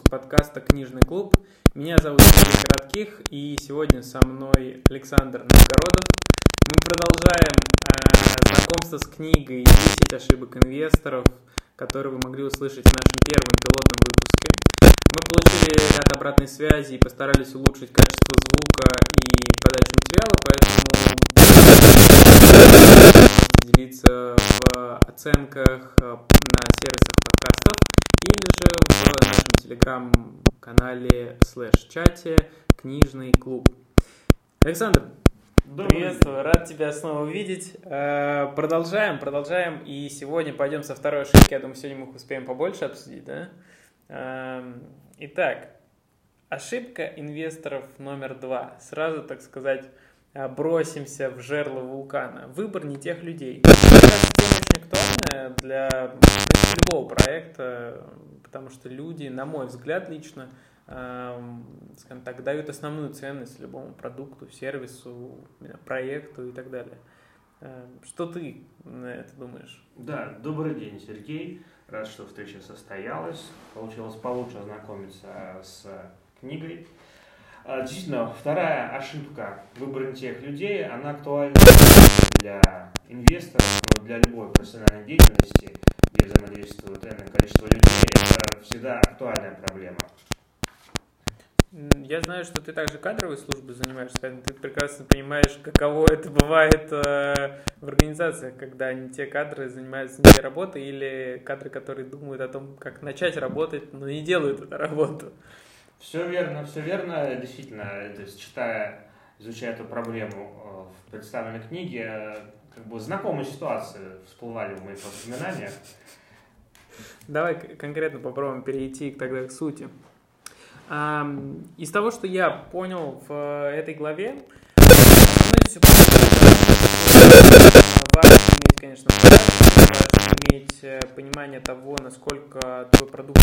подкаста «Книжный клуб». Меня зовут Сергей Коротких, и сегодня со мной Александр Новгородов. Мы продолжаем знакомство с книгой «10 ошибок инвесторов», которые вы могли услышать в нашем первом пилотном выпуске. Мы получили ряд обратной связи и постарались улучшить качество звука и подачу материала, поэтому можете делиться в оценках на сервисах подкастов или же в нашем телеграм-канале /чате «Книжный клуб». Александр, приветствую, рад тебя снова увидеть. Продолжаем, и сегодня пойдем со второй ошибки. Я думаю, сегодня мы успеем побольше обсудить, да? Итак, ошибка инвесторов номер 2. Сразу, так сказать, бросимся в жерло вулкана. Выбор не тех людей. Мне кажется, тема очень актуальная для любого проекта, потому что люди, на мой взгляд лично, скажем так, дают основную ценность любому продукту, сервису, проекту и так далее. Что ты на это думаешь? Да, добрый день, Сергей. Рад, что встреча состоялась. Получилось получше ознакомиться с книгой. Действительно, вторая ошибка выбора тех людей, она актуальна для инвесторов, но для любой профессиональной деятельности, где взаимодействует энное количество людей, это всегда актуальная проблема. Я знаю, что ты также кадровой службой занимаешься, поэтому ты прекрасно понимаешь, каково это бывает в организациях, когда не те кадры занимаются не те работой, или кадры, которые думают о том, как начать работать, но не делают эту работу. Все верно. Действительно, то есть, изучая эту проблему в представленной книге, как бы знакомые ситуации всплывали в моих воспоминаниях. Давай конкретно попробуем перейти тогда к сути. Из того, что я понял в этой главе, важно иметь, конечно, важно иметь понимание того, насколько твой продукт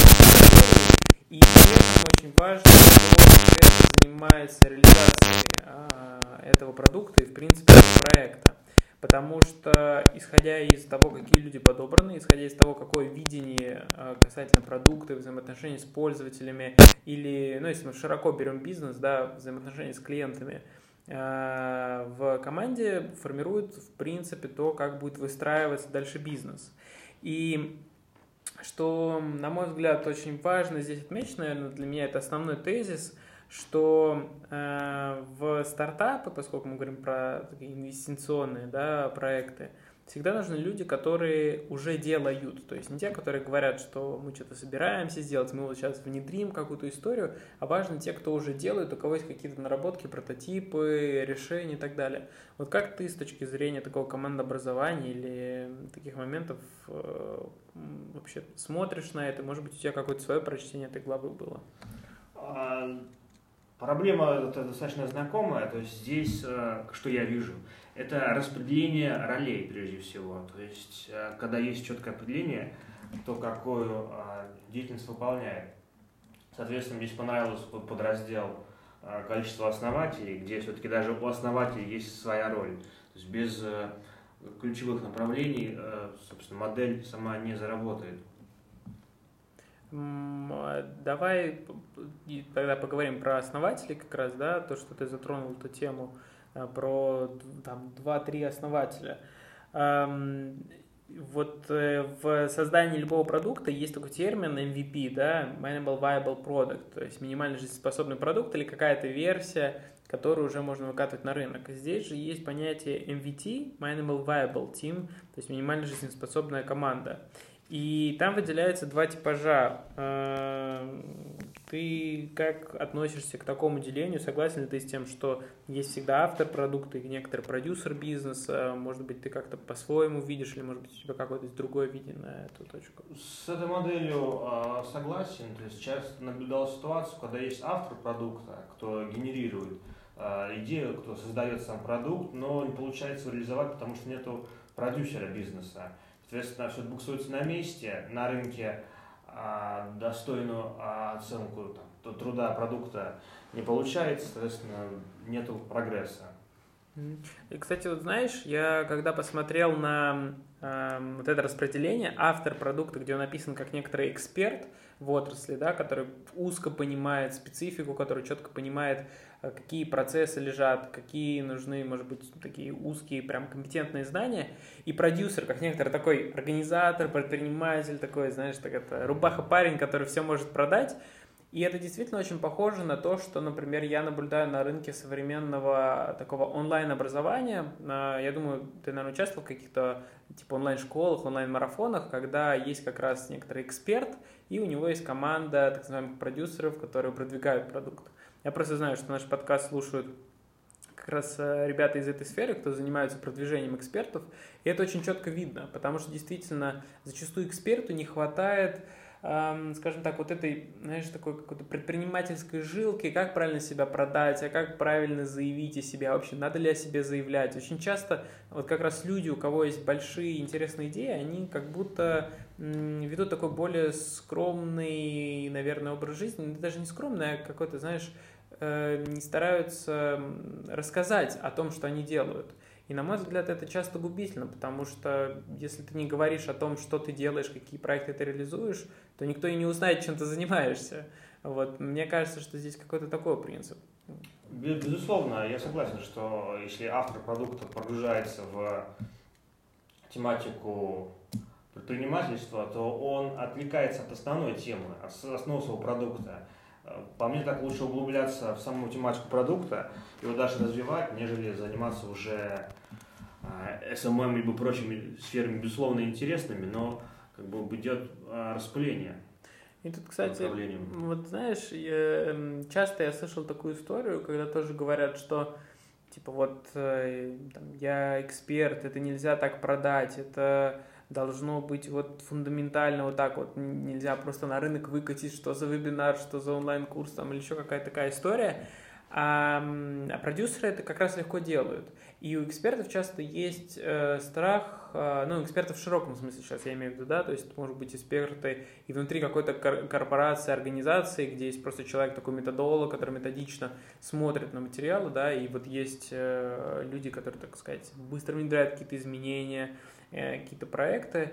и при этом очень важно, кто занимается реализацией этого продукта и, в принципе, этого проекта. Потому что, исходя из того, какие люди подобраны, исходя из того, какое видение касательно продукта, взаимоотношений с пользователями, или, если мы широко берем бизнес, да, взаимоотношения с клиентами, в команде формирует, в принципе, то, как будет выстраиваться дальше бизнес. И что, на мой взгляд, очень важно здесь отмечено, наверное, для меня это основной тезис, что в стартапы, поскольку мы говорим про такие инвестиционные, да, проекты, всегда нужны люди, которые уже делают. То есть не те, которые говорят, что мы что-то собираемся сделать, мы вот сейчас внедрим какую-то историю, а важны те, кто уже делает, у кого есть какие-то наработки, прототипы, решения и так далее. Вот как ты с точки зрения такого командообразования или таких моментов вообще смотришь на это? Может быть, у тебя какое-то свое прочтение этой главы было? Проблема достаточно знакомая, то есть здесь, что я вижу, это распределение ролей прежде всего. То есть, когда есть четкое определение, кто какую деятельность выполняет. Соответственно, здесь понравился подраздел количество основателей, где все-таки даже у основателей есть своя роль. То есть без ключевых направлений, собственно, модель сама не заработает. Давай тогда поговорим про основателей как раз, да, то, что ты затронул эту тему, про там 2-3 основателя. Вот в создании любого продукта есть такой термин MVP, да, Minimal Viable Product, то есть минимально жизнеспособный продукт или какая-то версия, которую уже можно выкатывать на рынок. Здесь же есть понятие MVT, Minimal Viable Team, то есть минимально жизнеспособная команда. И там выделяется 2 типажа. Ты как относишься к такому делению? Согласен ли ты с тем, что есть всегда автор продукта и некоторый продюсер бизнеса? Может быть, ты как-то по-своему видишь, или, может быть, у тебя какое-то другое видение на эту точку? С этой моделью согласен. То есть часто наблюдал ситуацию, когда есть автор продукта, кто генерирует идею, кто создает сам продукт, но не получается реализовать, потому что нету продюсера бизнеса. Соответственно, все буксуется на месте, на рынке достойную оценку труда продукта не получается, соответственно, нету прогресса. И, кстати, вот знаешь, я когда посмотрел на вот это распределение, автор продукта, где он описан как некоторый эксперт в отрасли, да, который узко понимает специфику, который четко понимает, какие процессы лежат, какие нужны, может быть, такие узкие, прям компетентные знания, и продюсер, как некоторый такой организатор, предприниматель, такой, знаешь, так это рубаха-парень, который все может продать. И это действительно очень похоже на то, что, например, я наблюдаю на рынке современного такого онлайн-образования. Я думаю, ты, наверное, участвовал в каких-то типа онлайн-школах, онлайн-марафонах, когда есть как раз некоторый эксперт, и у него есть команда так называемых продюсеров, которые продвигают продукт. Я просто знаю, что наш подкаст слушают как раз ребята из этой сферы, кто занимаются продвижением экспертов, и это очень четко видно, потому что действительно зачастую эксперту не хватает, скажем так, вот этой, знаешь, такой какой-то предпринимательской жилки, как правильно себя продать, а как правильно заявить о себе, вообще надо ли о себе заявлять. Очень часто вот как раз люди, у кого есть большие интересные идеи, они как будто ведут такой более скромный, наверное, образ жизни, даже не скромный, а какой-то, знаешь, не стараются рассказать о том, что они делают. И, на мой взгляд, это часто губительно, потому что если ты не говоришь о том, что ты делаешь, какие проекты ты реализуешь, то никто и не узнает, чем ты занимаешься. Вот. Мне кажется, что здесь какой-то такой принцип. Безусловно, я согласен, что если автор продукта погружается в тематику предпринимательства, то он отвлекается от основной темы, от основного своего продукта. По мне, так лучше углубляться в саму тематику продукта, его дальше развивать, нежели заниматься уже SMM либо прочими сферами, безусловно, интересными, но как бы идет распыление. И тут, кстати, вот знаешь, часто я слышал такую историю, когда тоже говорят, что типа вот там, я эксперт, это нельзя так продать, это должно быть вот фундаментально вот так вот, нельзя просто на рынок выкатить, что за вебинар, что за онлайн-курс там или еще какая-то такая история. А продюсеры это как раз легко делают. И у экспертов часто есть страх, ну, экспертов в широком смысле сейчас я имею в виду, да, то есть это может быть эксперты и внутри какой-то корпорации, организации, где есть просто человек такой методолог, который методично смотрит на материалы, да, и вот есть люди, которые, так сказать, быстро внедряют какие-то изменения, какие-то проекты.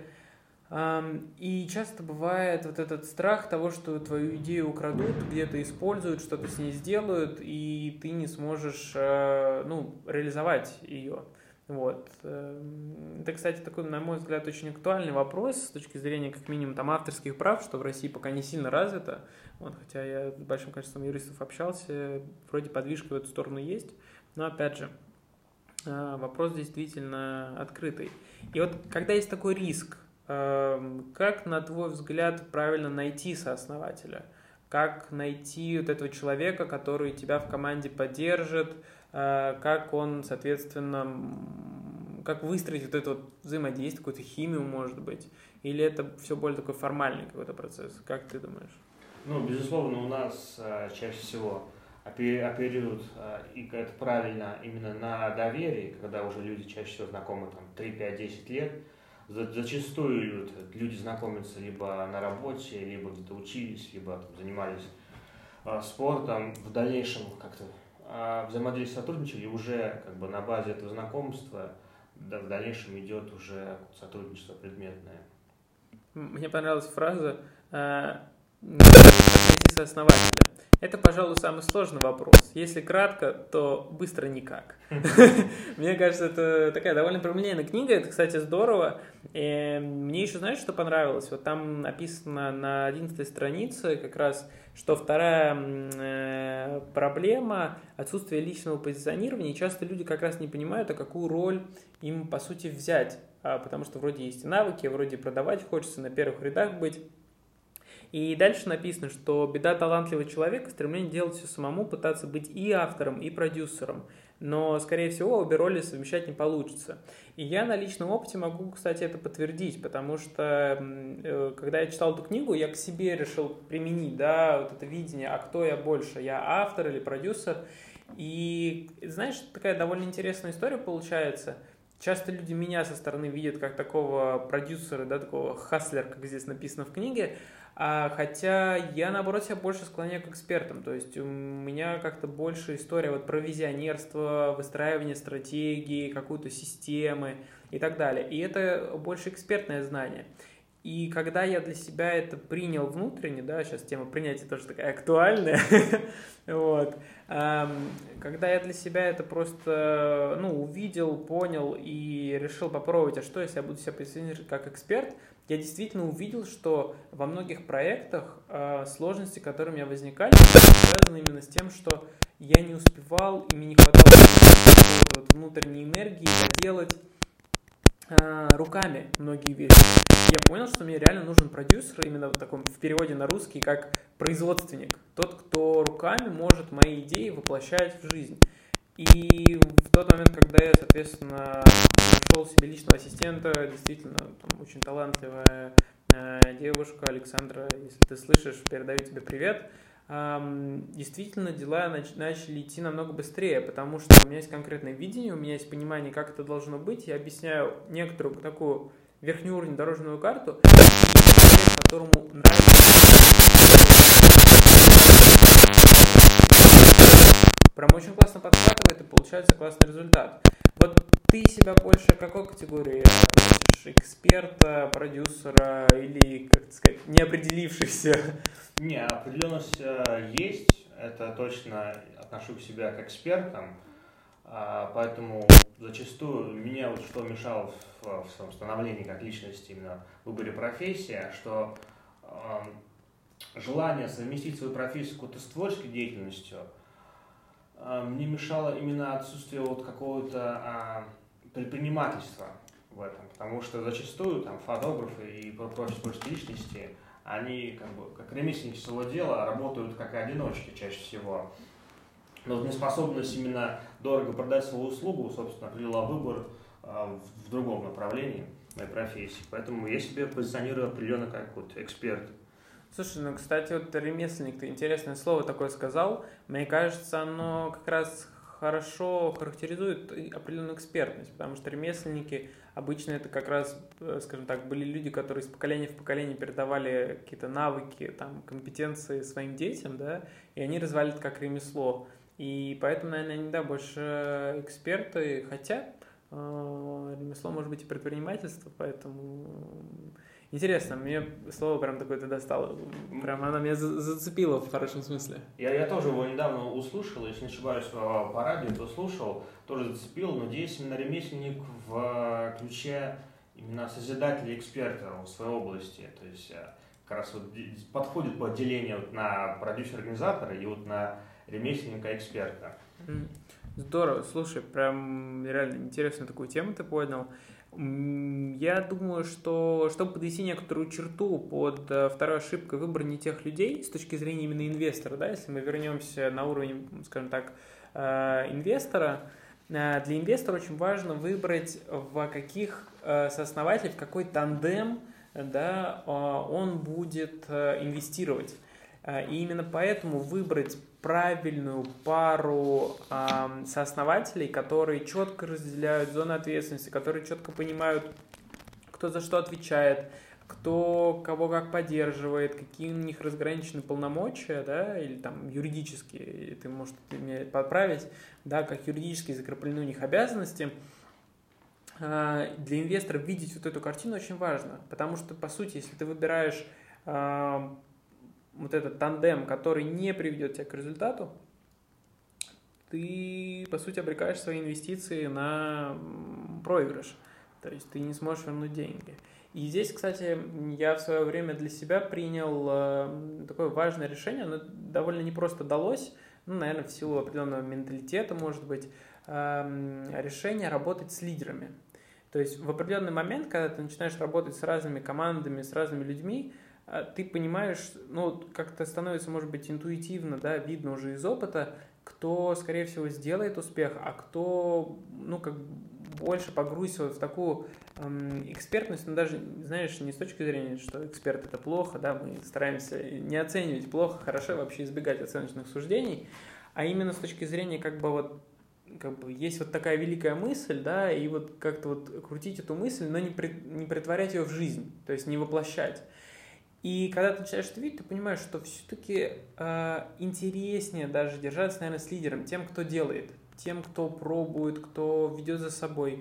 И часто бывает вот этот страх того, что твою идею украдут, где-то используют, что-то с ней сделают, и ты не сможешь, ну, реализовать ее. Вот. Это, кстати, такой, на мой взгляд, очень актуальный вопрос с точки зрения, как минимум, там, авторских прав, что в России пока не сильно развито. Вот, хотя я с большим количеством юристов общался, вроде подвижка в эту сторону есть, но, опять же, вопрос действительно открытый. И вот когда есть такой риск, как, на твой взгляд, правильно найти сооснователя? Как найти вот этого человека, который тебя в команде поддержит? Как он, соответственно, как выстроить вот это вот взаимодействие, какую-то химию, может быть? Или это все более такой формальный какой-то процесс? Как ты думаешь? Ну, безусловно, у нас чаще всего оперируют, и это правильно, именно на доверии, когда уже люди чаще всего знакомы там 3, 5, 10 лет. Зачастую люди знакомятся либо на работе, либо где-то учились, либо там, занимались спортом, в дальнейшем как-то взаимодействие сотрудничали, и уже как бы на базе этого знакомства в дальнейшем идет уже сотрудничество предметное. Мне понравилась фраза «найти сооснователя». Это, пожалуй, самый сложный вопрос. Если кратко, то быстро никак. Мне кажется, это такая довольно прямолинейная книга. Это, кстати, здорово. Мне еще, знаешь, что понравилось? Вот там написано на 11 странице как раз, что вторая проблема – отсутствие личного позиционирования. И часто люди как раз не понимают, а какую роль им, по сути, взять. Потому что вроде есть и навыки, вроде продавать хочется, на первых рядах быть. И дальше написано, что беда талантливого человека – стремление делать все самому, пытаться быть и автором, и продюсером. Но, скорее всего, обе роли совмещать не получится. И я на личном опыте могу, кстати, это подтвердить, потому что, когда я читал эту книгу, я к себе решил применить, да, вот это видение, а кто я больше, я автор или продюсер. И, знаешь, такая довольно интересная история получается. Часто люди меня со стороны видят как такого продюсера, да, такого хаслера, как здесь написано в книге, хотя я, наоборот, себя больше склоняю к экспертам. То есть у меня как-то больше история вот про визионерство, выстраивание стратегии, какую-то системы. и так далее. И это больше экспертное знание. И когда я для себя это принял внутренне, да, сейчас тема принятия тоже такая актуальная, вот, когда я для себя это просто, увидел, понял и решил попробовать, а что, если я буду себя позиционировать как эксперт, я действительно увидел, что во многих проектах сложности, которые у меня возникали, связаны именно с тем, что я не успевал, и мне не хватало внутренней энергии доделать руками многие вещи. Я понял, что мне реально нужен продюсер, именно в таком в переводе на русский, как производственник. Тот, кто руками может мои идеи воплощать в жизнь. И в тот момент, когда я, соответственно, нашел себе личного ассистента, действительно, там, очень талантливая девушка Александра, если ты слышишь, передаю тебе привет. Действительно, дела начали идти намного быстрее, потому что у меня есть конкретное видение, у меня есть понимание, как это должно быть. Я объясняю некоторую такую верхний уровень дорожную карту, человек, которому нравится, прям очень классно подхватывает и получается классный результат. Вот ты себя больше к какой категории относишь? Эксперта, продюсера или, как сказать, неопределившихся? Не, определенность есть, это точно отношу к себя к экспертам, поэтому зачастую меня вот что мешало в своем становлении как личности, именно в выборе профессии, что желание совместить свою профессию с какой-то творческой деятельностью мне мешало именно отсутствие вот какого-то предпринимательства в этом, потому что зачастую там фотографы и прочие творческие личности, они как ремесленники своего дела работают как одиночки чаще всего. Но неспособность именно дорого продать свою услугу, собственно, привела выбор в другом направлении моей профессии. Поэтому я себя позиционирую определенно как вот эксперт. Слушай, кстати, вот ремесленник, ты интересное слово такое сказал. Мне кажется, оно как раз хорошо характеризует определенную экспертность, потому что ремесленники обычно это как раз, скажем так, были люди, которые из поколения в поколение передавали какие-то навыки, там, компетенции своим детям, да, и они развивали это как ремесло. И поэтому, наверное, они, да, больше эксперты, хотя ремесло может быть и предпринимательство, поэтому интересно, мне слово прям такое-то достало, прям оно меня зацепило в хорошем смысле. Я тоже его недавно услышал, если не ошибаюсь, по радио, то слушал, тоже зацепил, но здесь именно ремесленник в ключе именно созидателя, эксперта в своей области, то есть как раз вот подходит по отделению вот на продюсера-организатора и вот на ремесленника-эксперта. Здорово, слушай, прям реально интересную такую тему ты поднял. Я думаю, что чтобы подвести некоторую черту под второй ошибкой выбора не тех людей с точки зрения именно инвестора, да, если мы вернемся на уровень, скажем так, инвестора, для инвестора очень важно выбрать, в каких сооснователей, в какой тандем, да, он будет инвестировать. И именно поэтому выбрать правильную пару сооснователей, которые четко разделяют зоны ответственности, которые четко понимают, кто за что отвечает, кто кого как поддерживает, какие у них разграничены полномочия, да, или там юридические, ты можешь меня подправить, да, как юридически закреплены у них обязанности. Для инвестора видеть вот эту картину очень важно, потому что, по сути, если ты выбираешь вот этот тандем, который не приведет тебя к результату, ты, по сути, обрекаешь свои инвестиции на проигрыш. То есть ты не сможешь вернуть деньги. И здесь, кстати, я в свое время для себя принял такое важное решение. Оно довольно непросто далось, наверное, в силу определенного менталитета, может быть, решение работать с лидерами. То есть в определенный момент, когда ты начинаешь работать с разными командами, с разными людьми, ты понимаешь, как-то становится, может быть, интуитивно, да, видно уже из опыта, кто, скорее всего, сделает успех, а кто, больше погрузится в такую экспертность, даже, знаешь, не с точки зрения, что эксперт это плохо, да, мы стараемся не оценивать плохо, хорошо, вообще избегать оценочных суждений, а именно с точки зрения, есть вот такая великая мысль, да, и вот как-то вот крутить эту мысль, но не претворять ее в жизнь, то есть не воплощать. И когда ты начинаешь это видеть, ты понимаешь, что все-таки интереснее даже держаться, наверное, с лидером, тем, кто делает, тем, кто пробует, кто ведет за собой.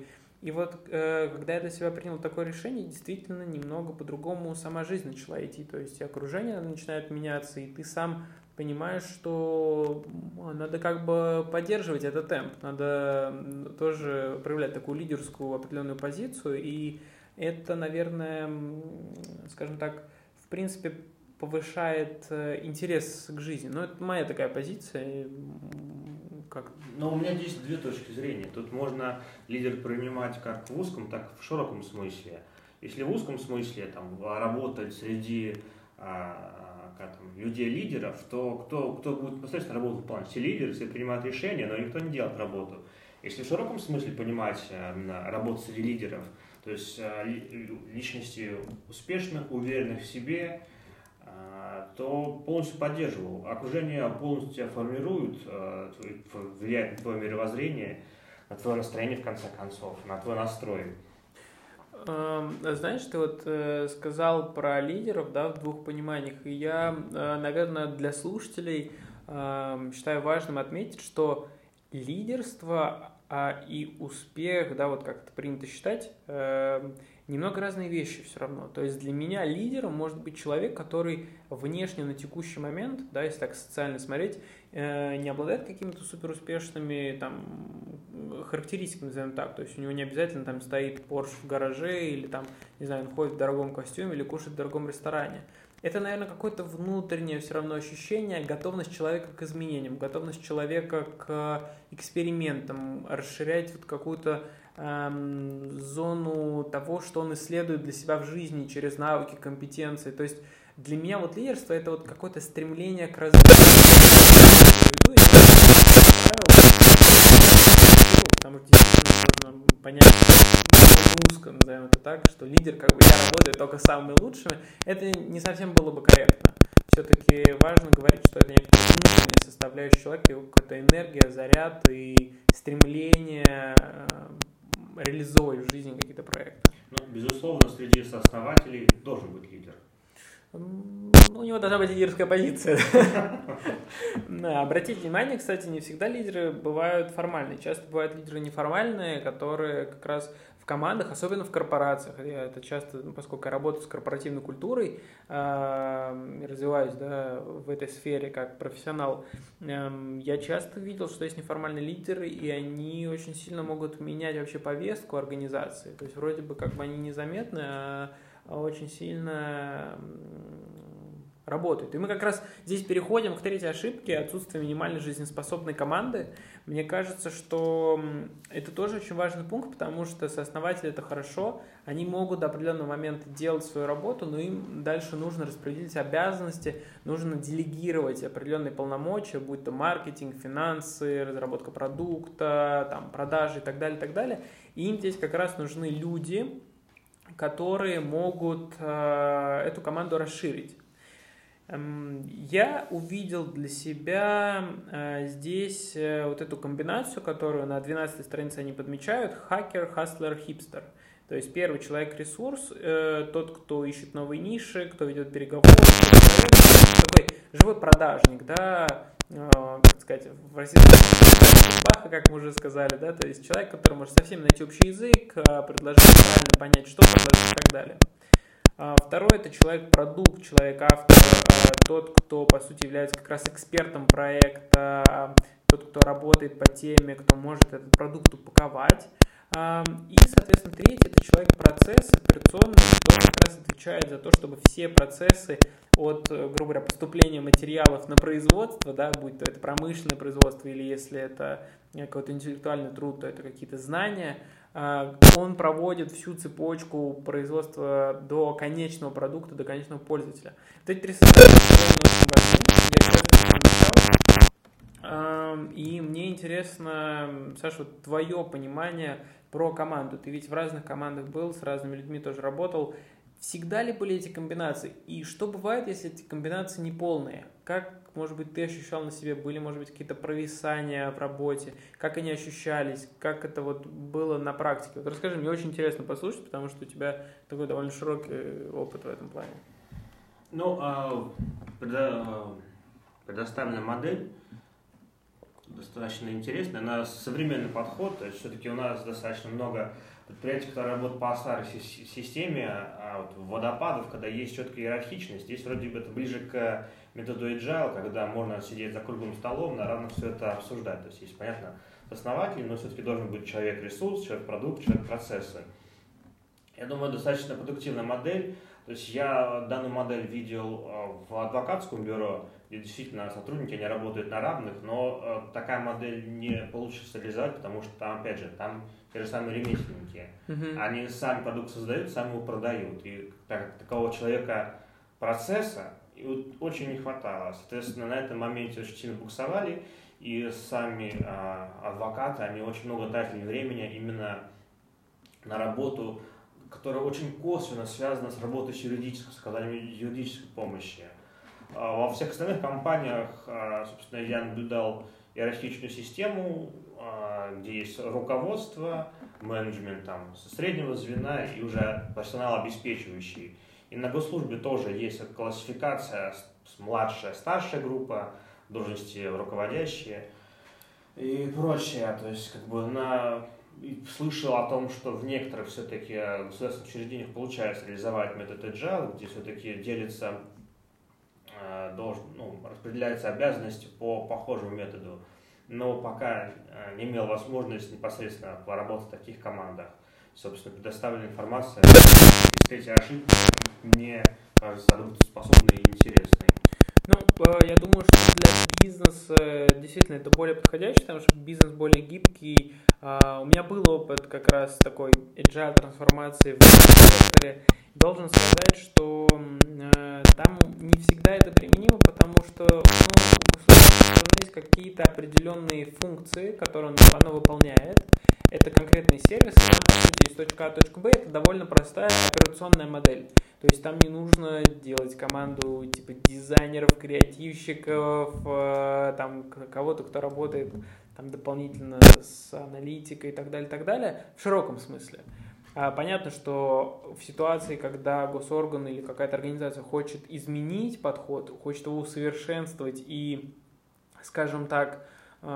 И вот когда я для себя принял такое решение, действительно немного по-другому сама жизнь начала идти. То есть окружение начинает меняться, и ты сам понимаешь, что надо как бы поддерживать этот темп, надо тоже проявлять такую лидерскую определенную позицию, и это, наверное, скажем так, в принципе, повышает интерес к жизни. Но это моя такая позиция. Как? Но у меня здесь две точки зрения. Тут можно лидер принимать как в узком, так и в широком смысле. Если в узком смысле работать среди людей-лидеров, то кто будет непосредственно работу выполнять? Все лидеры, все принимают решения, но никто не делает работу. Если в широком смысле понимать работу среди лидеров, то есть личности успешных, уверенных в себе, то полностью поддерживал. Окружение полностью тебя формирует, влияет на твое мировоззрение, на твое настроение, в конце концов, на твой настрой. Знаешь, ты вот сказал про лидеров, да, в двух пониманиях, и я, наверное, для слушателей считаю важным отметить, что лидерство и успех, да, вот как это принято считать, немного разные вещи все равно. То есть для меня лидером может быть человек, который внешне на текущий момент, да, если так социально смотреть, не обладает какими-то суперуспешными там характеристиками, назовем так. То есть у него не обязательно там стоит Porsche в гараже или там, не знаю, он ходит в дорогом костюме или кушает в дорогом ресторане. Это, наверное, какое-то внутреннее все равно ощущение, готовность человека к изменениям, готовность человека к экспериментам, расширять вот какую-то зону того, что он исследует для себя в жизни через навыки, компетенции. То есть для меня вот лидерство — это вот какое-то стремление к развитию. Потому что действительно можно понять узко, назовем это так, что лидер, как бы я работаю только с самыми лучшими, это не совсем было бы корректно. Все-таки важно говорить, что это некоторая внутренняя составляющая человека, его какая-то энергия, заряд и стремление реализовывать в жизни какие-то проекты. Ну, безусловно, среди сооснователей должен быть лидер. У него должна быть лидерская позиция. Обратите внимание, кстати, не всегда лидеры бывают формальные. Часто бывают лидеры неформальные, которые как раз в командах, особенно в корпорациях. Я это часто, поскольку я работаю с корпоративной культурой, развиваюсь, да, в этой сфере как профессионал, я часто видел, что есть неформальные лидеры, и они очень сильно могут менять вообще повестку организации. То есть вроде бы как бы они незаметны, а очень сильно работают. И мы как раз здесь переходим к третьей ошибке — отсутствие минимально жизнеспособной команды. Мне кажется, что это тоже очень важный пункт, потому что сооснователи — это хорошо, они могут до определенного момента делать свою работу, но им дальше нужно распределить обязанности, нужно делегировать определенные полномочия, будь то маркетинг, финансы, разработка продукта, там, продажи и так далее, и так далее. И им здесь как раз нужны люди, которые могут эту команду расширить. Я увидел для себя здесь вот эту комбинацию, которую на 12-й странице они подмечают: хакер, хаслер, хипстер. То есть первый человек-ресурс, тот, кто ищет новые ниши, кто ведет переговоры, такой живой продажник, да, как сказать, в российском Баха, как мы уже сказали, да, то есть человек, который может со всеми найти общий язык, предложить правильно понять, что предложить и так далее. Второй — это человек-продукт, человек-автор, тот, кто, по сути, является как раз экспертом проекта, тот, кто работает по теме, кто может этот продукт упаковать. И, соответственно, третий — это человек-процесс, операционный, кто как раз отвечает за то, чтобы все процессы от, грубо говоря, поступления материалов на производство, да, будь то это промышленное производство или если это какой-то интеллектуальный труд, то это какие-то знания, он проводит всю цепочку производства до конечного продукта, до конечного пользователя. Вот эти три составляющие очень важны. И мне интересно, Саша, вот твое понимание про команду. Ты ведь в разных командах был, с разными людьми тоже работал. Всегда ли были эти комбинации? И что бывает, если эти комбинации неполные? Как, может быть, ты ощущал на себе? Были, может быть, какие-то провисания в работе? Как они ощущались? Как это вот было на практике? Вот расскажи, мне очень интересно послушать, потому что у тебя такой довольно широкий опыт в этом плане. Ну, предоставленная модель достаточно интересная, она современный подход, то есть все-таки у нас достаточно много предприятия, которые работают по старой системе, вот водопадов, когда есть четкая иерархичность, здесь вроде бы это ближе к методу agile, когда можно сидеть за круглым столом, на равных все это обсуждать. То есть есть, понятно, основатель, но все-таки должен быть человек-ресурс, человек-продукт, человек-процессы. Я думаю, достаточно продуктивная модель. То есть я данную модель видел в адвокатском бюро, где действительно сотрудники, они работают на равных, но такая модель не получится реализовать, потому что там, опять же, там те же самые ремесленники. Они сами продукт создают, сами его продают. И такого человека процесса очень не хватало. Соответственно, на этом моменте очень сильно буксовали, и сами адвокаты, они очень много тратили времени именно на работу, которая очень косвенно связана с работой с юридической, с оказанием юридической помощи. Во всех остальных компаниях, собственно, я наблюдал иерархичную систему, где есть руководство, менеджмент там, со среднего звена и уже персонал обеспечивающий. И на госслужбе тоже есть классификация младшая, старшая группа, должности руководящие и прочее. То есть, слышал о том, что в некоторых все-таки государственных учреждениях получается реализовать метод agile, где все-таки делится, распределяются обязанности по похожему методу, но пока не имел возможности непосредственно поработать в таких командах. Собственно, предоставленная информация, встретить ошибки, мне кажется, работоспособной и интересной. Я думаю, что для бизнеса действительно это более подходящий, потому что бизнес более гибкий. У меня был опыт как раз такой agile трансформации в секторе. Должен сказать, что там не всегда это применимо, потому что у государства есть какие-то определенные функции, которые оно выполняет. Это конкретный сервис, и там, по сути, из точки А в точку Б это довольно простая операционная модель. То есть там не нужно делать команду типа дизайнеров, креативщиков, там кого-то, кто работает там дополнительно с аналитикой и так далее, в широком смысле. Понятно, что в ситуации, когда госорган или какая-то организация хочет изменить подход, хочет его усовершенствовать и, скажем так,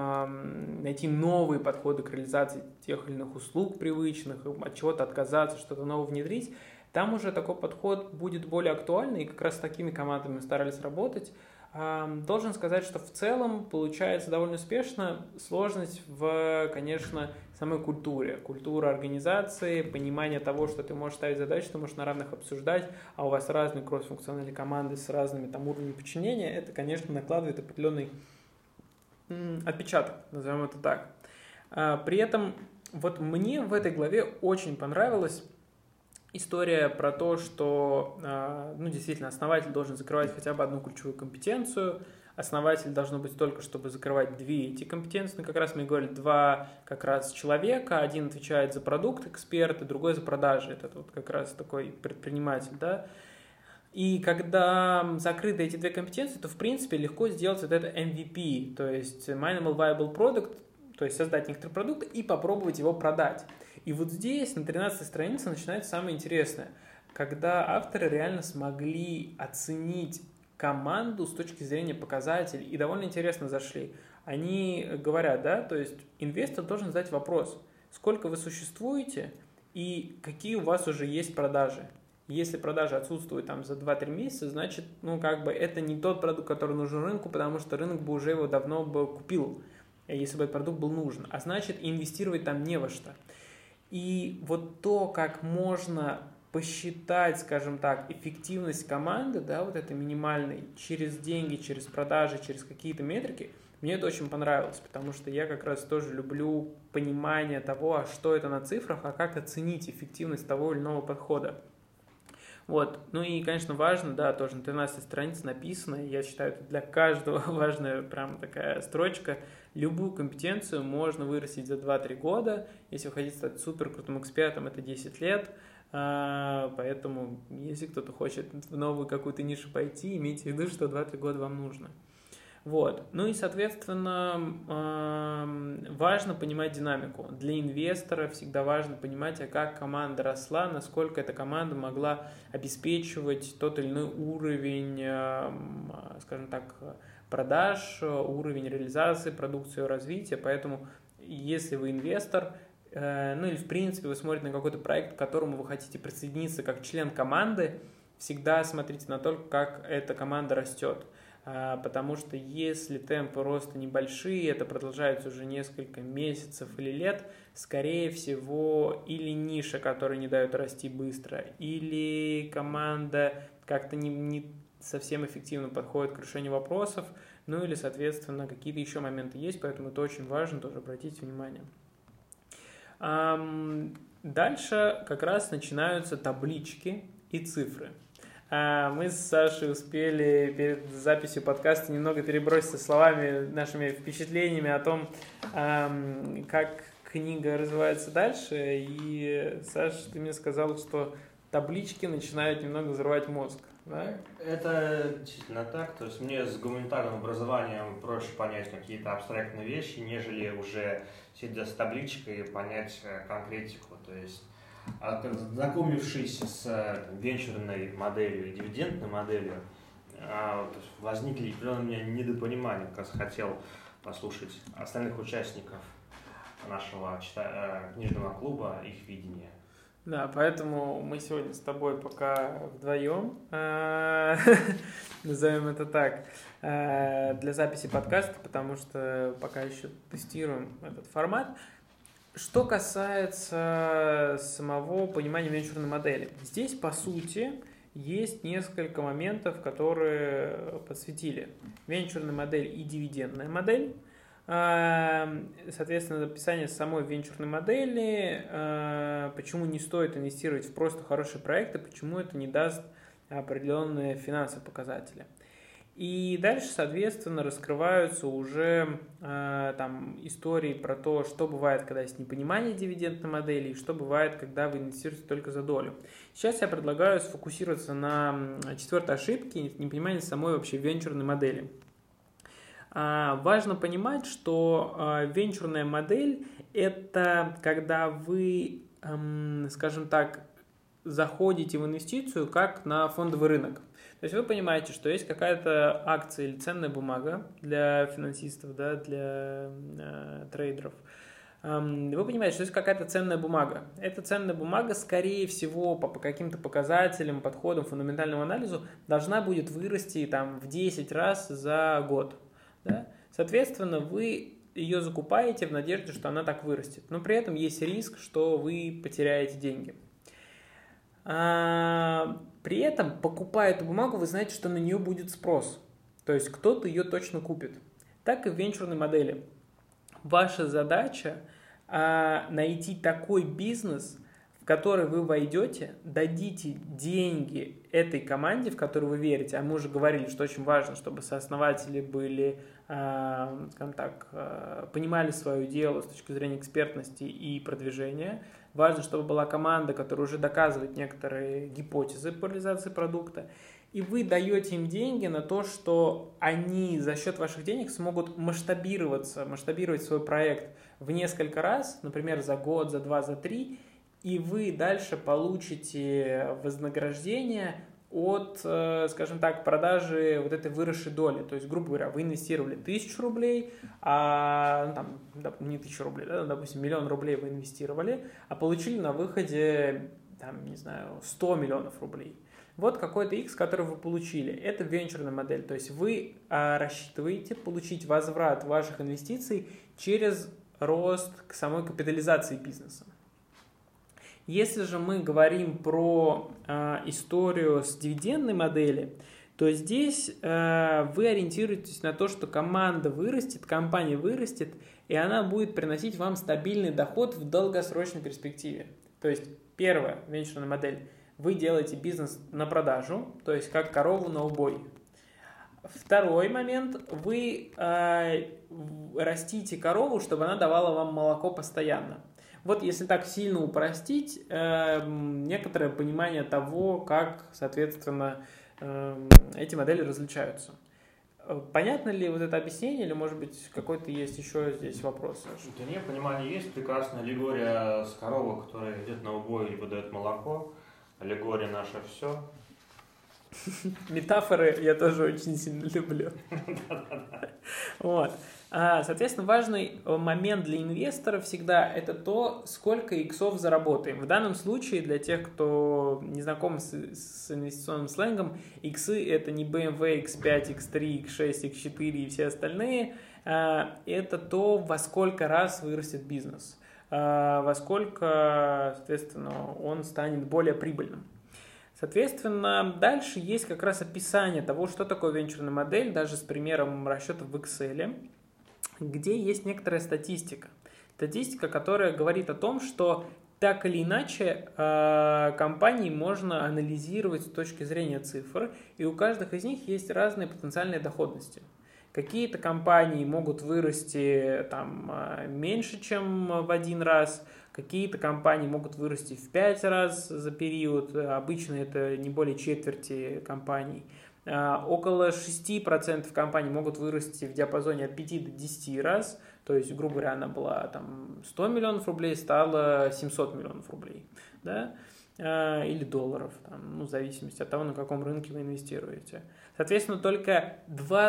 найти новые подходы к реализации тех или иных услуг привычных, от чего-то отказаться, что-то новое внедрить, там уже такой подход будет более актуальный, и как раз с такими командами мы старались работать. Должен сказать, что в целом получается довольно успешно. Сложность конечно, самой культуре. Культура организации, понимание того, что ты можешь ставить задачи, ты можешь на равных обсуждать, а у вас разные кроссфункциональные команды с разными там уровнями подчинения, это, конечно, накладывает определенный отпечаток, назовем это так. При этом вот мне в этой главе очень понравилась история про то, что действительно основатель должен закрывать хотя бы одну ключевую компетенцию, основатель должно быть только, чтобы закрывать две эти компетенции. Как раз мы говорили, два как раз человека, один отвечает за продукт, эксперт, и другой за продажи, это вот как раз такой предприниматель, да. И когда закрыты эти две компетенции, то в принципе легко сделать вот это MVP, то есть Minimal Viable Product, то есть создать некоторый продукт и попробовать его продать. И вот здесь, на 13-й странице, начинается самое интересное, когда авторы реально смогли оценить команду с точки зрения показателей и довольно интересно зашли. Они говорят, да, то есть инвестор должен задать вопрос, сколько вы существуете и какие у вас уже есть продажи. Если продажи отсутствуют там за 2-3 месяца, значит, это не тот продукт, который нужен рынку, потому что рынок бы уже его давно бы купил, если бы этот продукт был нужен. А значит, инвестировать там не во что. И вот то, как можно посчитать, скажем так, эффективность команды, да, вот этой минимальной, через деньги, через продажи, через какие-то метрики, мне это очень понравилось, потому что я как раз тоже люблю понимание того, что это на цифрах, а как оценить эффективность того или иного подхода. Вот. И, конечно, важно, да, тоже на 13-й странице написано, я считаю, это для каждого важная прям такая строчка, любую компетенцию можно вырастить за 2-3 года, если вы хотите стать супер крутым экспертом, это 10 лет, поэтому, если кто-то хочет в новую какую-то нишу пойти, имейте в виду, что 2-3 года вам нужно. Вот. И, соответственно, важно понимать динамику. Для инвестора всегда важно понимать, как команда росла, насколько эта команда могла обеспечивать тот или иной уровень, скажем так, продаж, уровень реализации продукции, развития. Поэтому, если вы инвестор, ну или в принципе вы смотрите на какой-то проект, к которому вы хотите присоединиться как член команды, всегда смотрите на то, как эта команда растет. Потому что если темпы роста небольшие, это продолжается уже несколько месяцев или лет, скорее всего, или ниша, которая не дает расти быстро, или команда как-то не совсем эффективно подходит к решению вопросов, ну или, соответственно, какие-то еще моменты есть, поэтому это очень важно, тоже обратите внимание. Дальше как раз начинаются таблички и цифры. Мы с Сашей успели перед записью подкаста немного переброситься словами, нашими впечатлениями о том, как книга развивается дальше. И, Саша, ты мне сказал, что таблички начинают немного взрывать мозг. Да? Это действительно так. То есть мне с гуманитарным образованием проще понять какие-то абстрактные вещи, нежели уже сидя с табличкой понять конкретику. То есть знакомившись с венчурной моделью и дивидендной моделью, возникли определенные у меня недопонимания, как раз хотел послушать остальных участников нашего книжного клуба, их видение. Да, поэтому мы сегодня с тобой пока вдвоем, назовем это так, для записи подкаста, потому что пока еще тестируем этот формат. Что касается самого понимания венчурной модели, здесь, по сути, есть несколько моментов, которые подсветили. Венчурная модель и дивидендная модель. Соответственно, описание самой венчурной модели, почему не стоит инвестировать в просто хорошие проекты, почему это не даст определенные финансовые показатели. И дальше, соответственно, раскрываются уже там истории про то, что бывает, когда есть непонимание дивидендной модели, и что бывает, когда вы инвестируете только за долю. Сейчас я предлагаю сфокусироваться на четвертой ошибке, непонимание самой вообще венчурной модели. Важно понимать, что венчурная модель – это когда вы, скажем так, заходите в инвестицию как на фондовый рынок. То есть вы понимаете, что есть какая-то акция или ценная бумага для финансистов, да, для трейдеров. Вы понимаете, что есть какая-то ценная бумага. Эта ценная бумага, скорее всего, по каким-то показателям, подходам, фундаментальному анализу должна будет вырасти там, в 10 раз за год. Да? Соответственно, вы ее закупаете в надежде, что она так вырастет. Но при этом есть риск, что вы потеряете деньги. При этом, покупая эту бумагу, вы знаете, что на нее будет спрос. То есть кто-то ее точно купит. Так и в венчурной модели. Ваша задача найти такой бизнес, в который вы войдете, дадите деньги этой команде, в которую вы верите. А мы уже говорили, что очень важно, чтобы сооснователи были, скажем так, понимали свое дело с точки зрения экспертности и продвижения. Важно, чтобы была команда, которая уже доказывает некоторые гипотезы по реализации продукта. И вы даете им деньги на то, что они за счет ваших денег смогут масштабировать свой проект в несколько раз, например, за год, за 2, за 3, и вы дальше получите вознаграждение от, скажем так, продажи вот этой выросшей доли. То есть, грубо говоря, вы инвестировали 1000 рублей, там, не 1000 рублей, да, допустим, 1 000 000 рублей вы инвестировали, а получили на выходе, там, не знаю, 100 миллионов рублей. Вот какой-то X, который вы получили. Это венчурная модель. То есть вы рассчитываете получить возврат ваших инвестиций через рост к самой капитализации бизнеса. Если же мы говорим про историю с дивидендной модели, то здесь вы ориентируетесь на то, что команда вырастет, компания вырастет, и она будет приносить вам стабильный доход в долгосрочной перспективе. То есть первая венчурная модель. Вы делаете бизнес на продажу, то есть как корову на убой. Второй момент. Вы растите корову, чтобы она давала вам молоко постоянно. Вот если так сильно упростить, некоторое понимание того, как, соответственно, эти модели различаются. Понятно ли вот это объяснение, или, может быть, какой-то есть еще здесь вопрос? Да нет, понимание есть. Прекрасная аллегория с коровой, которая идет на убой и выдает молоко. Аллегория наше все. Метафоры я тоже очень сильно люблю. Вот. Соответственно, важный момент для инвестора всегда это то, сколько иксов заработаем. В данном случае, для тех, кто не знаком с инвестиционным сленгом, иксы это не BMW, X5, X3, X6, X4 и все остальные. Это то, во сколько раз вырастет бизнес, во сколько, соответственно, он станет более прибыльным. Соответственно, дальше есть как раз описание того, что такое венчурная модель, даже с примером расчетов в Excel, где есть некоторая статистика. Статистика, которая говорит о том, что так или иначе компании можно анализировать с точки зрения цифр, и у каждых из них есть разные потенциальные доходности. Какие-то компании могут вырасти там, меньше, чем в 1 раз, какие-то компании могут вырасти в 5 раз за период, обычно это не более четверти компаний. Около 6% компаний могут вырасти в диапазоне от 5 до 10 раз, то есть, грубо говоря, она была там 100 миллионов рублей, стала 700 миллионов рублей, да? Или долларов, там, в зависимости от того, на каком рынке вы инвестируете. Соответственно, только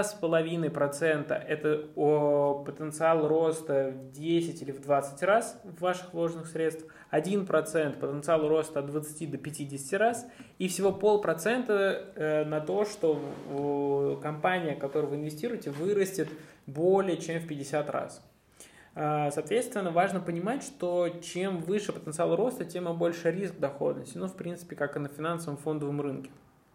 2,5% это потенциал роста в 10 или в 20 раз ваших вложенных средств, 1% потенциал роста от 20 до 50 раз, и всего 0,5% на то, что компания, в которую вы инвестируете, вырастет более чем в 50 раз. Соответственно, важно понимать, что чем выше потенциал роста, тем и больше риск доходности. В принципе, как и на финансовом фондовом рынке.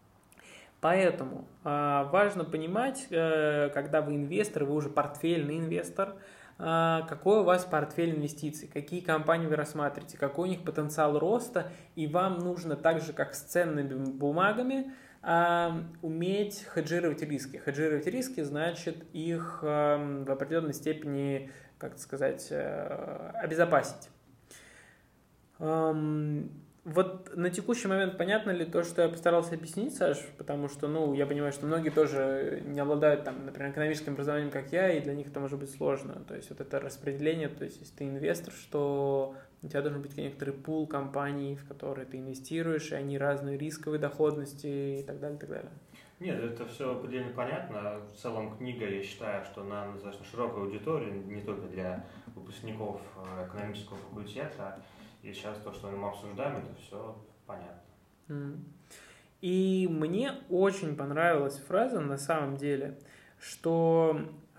Поэтому важно понимать, когда вы инвестор, вы уже портфельный инвестор, какой у вас портфель инвестиций, какие компании вы рассматриваете, какой у них потенциал роста, и вам нужно так же, как с ценными бумагами, уметь хеджировать риски. Хеджировать риски значит их в определенной степени, как сказать, обезопасить. Вот на текущий момент понятно ли то, что я постарался объяснить, Саш? Потому что, я понимаю, что многие тоже не обладают, например, экономическим образованием, как я, и для них это может быть сложно. То есть вот это распределение, то есть если ты инвестор, что у тебя должен быть некоторый пул компаний, в которые ты инвестируешь, и они разные рисковые доходности и так далее, и так далее. Нет, это все определенно понятно. В целом книга, я считаю, что она достаточно широкая аудитория, не только для выпускников экономического факультета. И сейчас то, что мы обсуждаем, это все понятно. И мне очень понравилась фраза на самом деле, что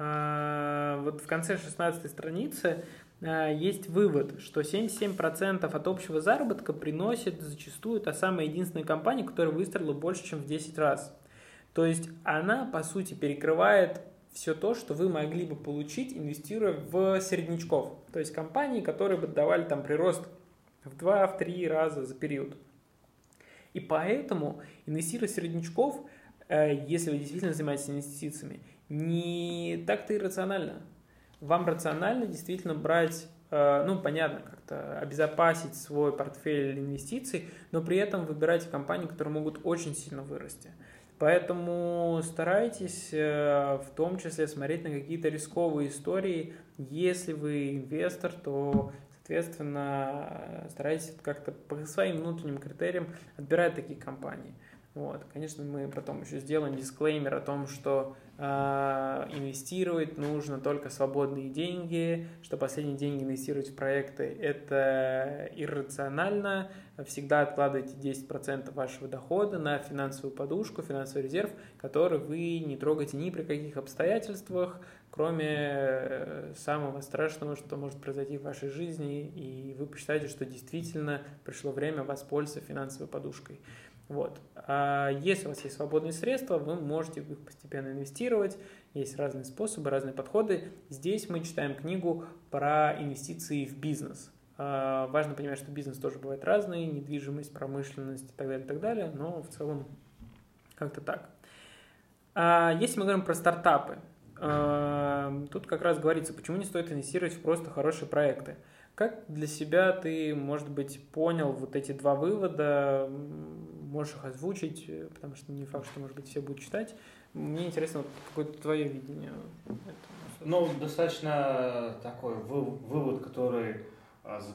вот в конце 16 страницы есть вывод, что 77% от общего заработка приносит зачастую та самая единственная компания, которая выстрелила больше, чем в 10 раз. То есть она, по сути, перекрывает все то, что вы могли бы получить, инвестируя в середнячков. То есть компании, которые бы давали прирост в 2-3 раза за период. И поэтому инвестировать в середнячков, если вы действительно занимаетесь инвестициями, не так-то иррационально. Вам рационально действительно брать, понятно, как-то обезопасить свой портфель инвестиций, но при этом выбирайте компании, которые могут очень сильно вырасти. Поэтому старайтесь в том числе смотреть на какие-то рисковые истории. Если вы инвестор, то соответственно, старайтесь как-то по своим внутренним критериям отбирать такие компании. Вот. Конечно, мы потом еще сделаем дисклеймер о том, что инвестировать нужно только свободные деньги, что последние деньги инвестировать в проекты – это иррационально. Всегда откладывайте 10% вашего дохода на финансовую подушку, финансовый резерв, который вы не трогаете ни при каких обстоятельствах, кроме самого страшного, что может произойти в вашей жизни, и вы посчитаете, что действительно пришло время воспользоваться финансовой подушкой. Вот. А если у вас есть свободные средства, вы можете их постепенно инвестировать. Есть разные способы, разные подходы. Здесь мы читаем книгу про инвестиции в бизнес. Важно понимать, что бизнес тоже бывает разный, недвижимость, промышленность и так далее, но в целом как-то так. Если мы говорим про стартапы, тут как раз говорится, почему не стоит инвестировать в просто хорошие проекты. Как для себя ты, может быть, понял вот эти два вывода, можешь их озвучить, потому что не факт, что, может быть, все будут читать. Мне интересно, какое-то твое видение. Достаточно такой вывод, который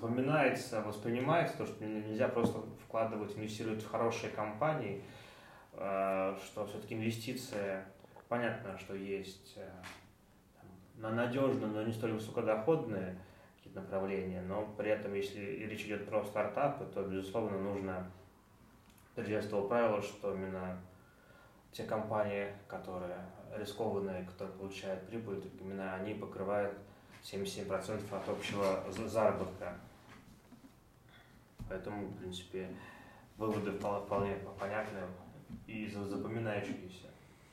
запоминается, воспринимается, то, что нельзя просто инвестировать в хорошие компании. что все-таки инвестиции, понятно, что есть надежные, но не столь высокодоходные какие-то направления, но при этом, если речь идет про стартапы, то, безусловно, нужно придерживаться правила, что именно те компании, которые рискованные, которые получают прибыль, именно они покрывают 77% от общего заработка. Поэтому, в принципе, выводы вполне понятные и запоминающиеся.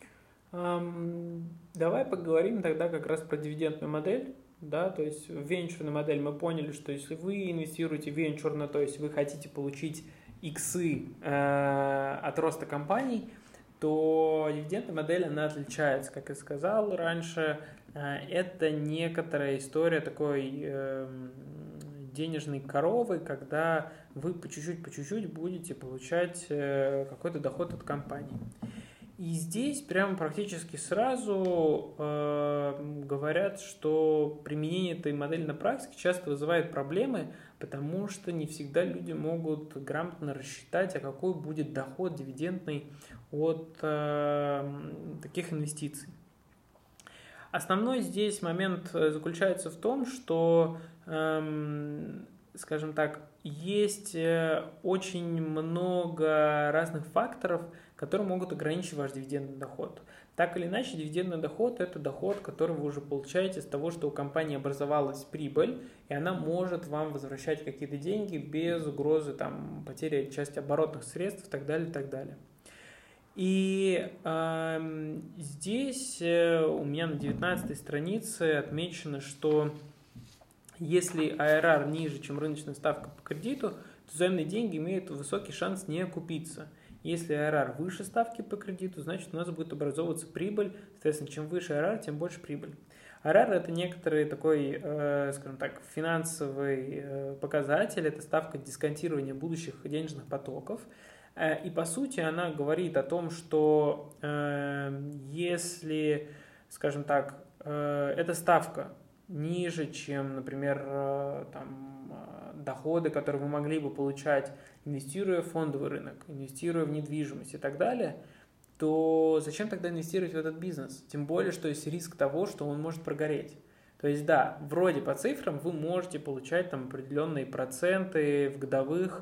Давай поговорим тогда как раз про дивидендную модель. Да, то есть в венчурную модель мы поняли, что если вы инвестируете венчурно, то есть вы хотите получить иксы от роста компаний, то дивидендная модель, она отличается, как я сказал раньше, это некоторая история такой денежной коровы, когда вы по чуть-чуть будете получать какой-то доход от компании. И здесь прямо практически сразу говорят, что применение этой модели на практике часто вызывает проблемы, потому что не всегда люди могут грамотно рассчитать, а какой будет доход дивидендный от таких инвестиций. Основной здесь момент заключается в том, что, скажем так, есть очень много разных факторов, которые могут ограничить ваш дивидендный доход. Так или иначе, дивидендный доход – это доход, который вы уже получаете с того, что у компании образовалась прибыль, и она может вам возвращать какие-то деньги без угрозы потери части оборотных средств и так далее, и так далее. И здесь у меня на 19 странице отмечено, что если IRR ниже, чем рыночная ставка по кредиту, то заемные деньги имеют высокий шанс не окупиться. Если IRR выше ставки по кредиту, значит у нас будет образовываться прибыль. Соответственно, чем выше IRR, тем больше прибыль. IRR – это некоторый такой, скажем так, финансовый показатель, это ставка дисконтирования будущих денежных потоков. И по сути она говорит о том, что если, скажем так, эта ставка ниже, чем, например, доходы, которые вы могли бы получать, инвестируя в фондовый рынок, инвестируя в недвижимость и так далее, то зачем тогда инвестировать в этот бизнес? Тем более, что есть риск того, что он может прогореть. То есть, да, вроде по цифрам вы можете получать определенные проценты в годовых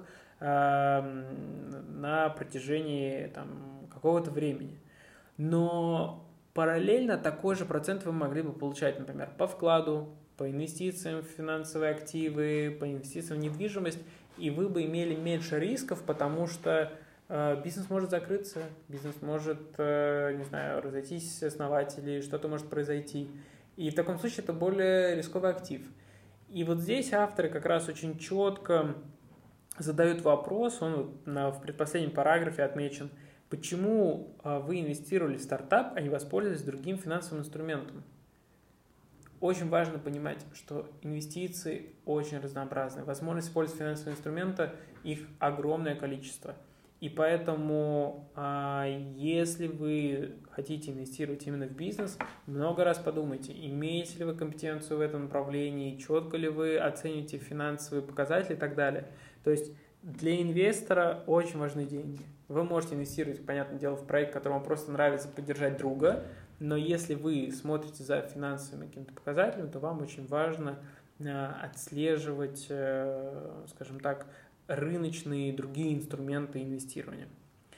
на протяжении какого-то времени. Но параллельно такой же процент вы могли бы получать, например, по вкладу, по инвестициям в финансовые активы, по инвестициям в недвижимость, и вы бы имели меньше рисков, потому что бизнес может закрыться, бизнес может, не знаю, разойтись основатели, что-то может произойти. И в таком случае это более рисковый актив. И вот здесь авторы как раз очень четко задают вопрос, он в предпоследнем параграфе отмечен, почему вы инвестировали в стартап, а не воспользовались другим финансовым инструментом. Очень важно понимать, что инвестиции очень разнообразны. Возможность использовать финансовые инструменты, их огромное количество. И поэтому, если вы хотите инвестировать именно в бизнес, много раз подумайте, имеете ли вы компетенцию в этом направлении, четко ли вы оцените финансовые показатели и так далее. То есть для инвестора очень важны деньги. Вы можете инвестировать, понятное дело, в проект, которому просто нравится поддержать друга, но если вы смотрите за финансовыми какими-то показателями, то вам очень важно отслеживать, скажем так, рыночные и другие инструменты инвестирования.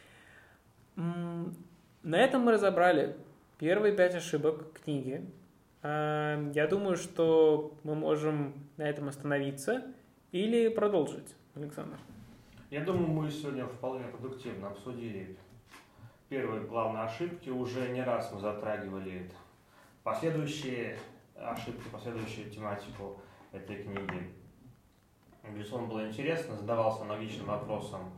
На этом мы разобрали первые 5 ошибок книги. Я думаю, что мы можем на этом остановиться или продолжить, Александр. Я думаю, мы сегодня вполне продуктивно обсудили первые главные ошибки. Уже не раз мы затрагивали последующие ошибки, последующую тематику этой книги. Безусловно, было интересно, задавался аналогичным вопросом,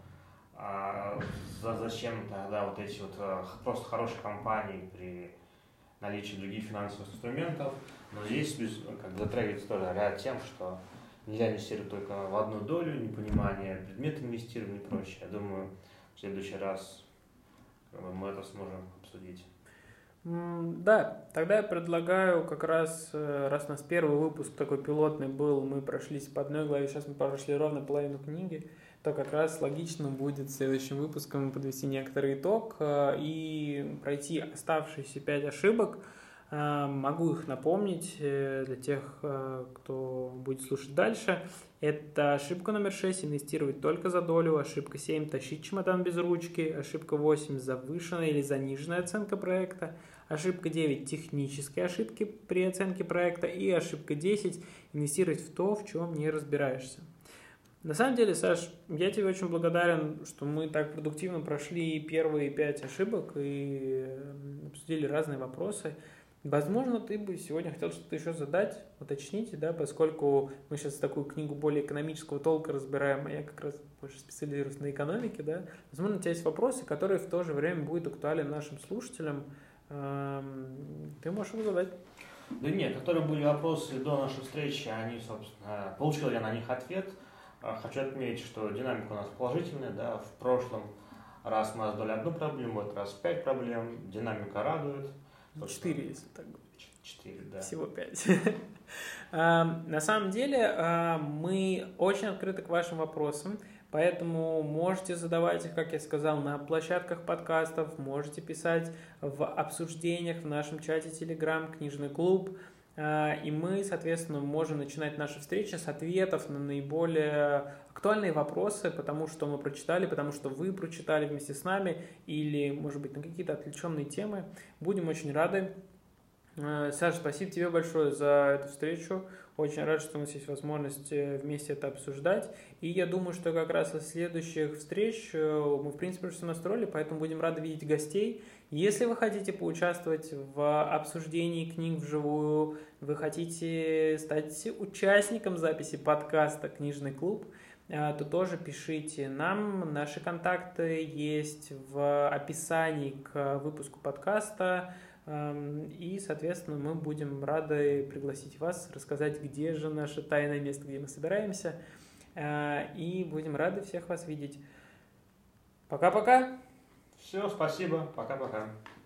зачем тогда вот эти просто хорошие компании при наличии других финансовых инструментов. Но здесь затрагивается тоже ряд тем, что нельзя инвестировать только в одну долю, непонимание предмета инвестирования и прочее. Я думаю, в следующий раз мы это сможем обсудить. Да, тогда я предлагаю как раз у нас первый выпуск такой пилотный был, мы прошлись по одной главе, сейчас мы прошли ровно половину книги, то как раз логично будет следующим выпуском подвести некоторый итог и пройти оставшиеся 5 ошибок. Могу их напомнить для тех, кто будет слушать дальше. Это ошибка номер 6 – инвестировать только за долю. Ошибка 7 – тащить чемодан без ручки. Ошибка 8 – завышенная или заниженная оценка проекта. Ошибка 9 – технические ошибки при оценке проекта. И ошибка 10 – инвестировать в то, в чем не разбираешься. На самом деле, Саш, я тебе очень благодарен, что мы так продуктивно прошли первые 5 ошибок и обсудили разные вопросы. Возможно, ты бы сегодня хотел что-то еще задать, уточнить, да, поскольку мы сейчас такую книгу более экономического толка разбираем, а я как раз больше специализируюсь на экономике, да. Возможно, у тебя есть вопросы, которые в то же время будут актуальны нашим слушателям. Ты можешь их задать. Да нет, которые были вопросы до нашей встречи, они, собственно, получил я на них ответ. Хочу отметить, что динамика у нас положительная, да, в прошлом раз мы раздали одну проблему, в этот раз 5 проблем, динамика радует. 4, если так говорить. 4, да. Всего 5. На самом деле мы очень открыты к вашим вопросам, поэтому можете задавать их, как я сказал, на площадках подкастов, можете писать в обсуждениях в нашем чате Telegram «Книжный клуб». И мы, соответственно, можем начинать наши встречи с ответов на наиболее актуальные вопросы, потому что мы прочитали, потому что вы прочитали вместе с нами, или, может быть, на какие-то отвлеченные темы. Будем очень рады. Саша, спасибо тебе большое за эту встречу. Очень рад, что у нас есть возможность вместе это обсуждать. И я думаю, что как раз со следующих встреч мы, в принципе, уже все настроили, поэтому будем рады видеть гостей. Если вы хотите поучаствовать в обсуждении книг вживую, вы хотите стать участником записи подкаста «Книжный клуб», то тоже пишите нам. Наши контакты есть в описании к выпуску подкаста. И, соответственно, мы будем рады пригласить вас, рассказать, где же наше тайное место, где мы собираемся. И будем рады всех вас видеть. Пока-пока! Все, спасибо, пока-пока.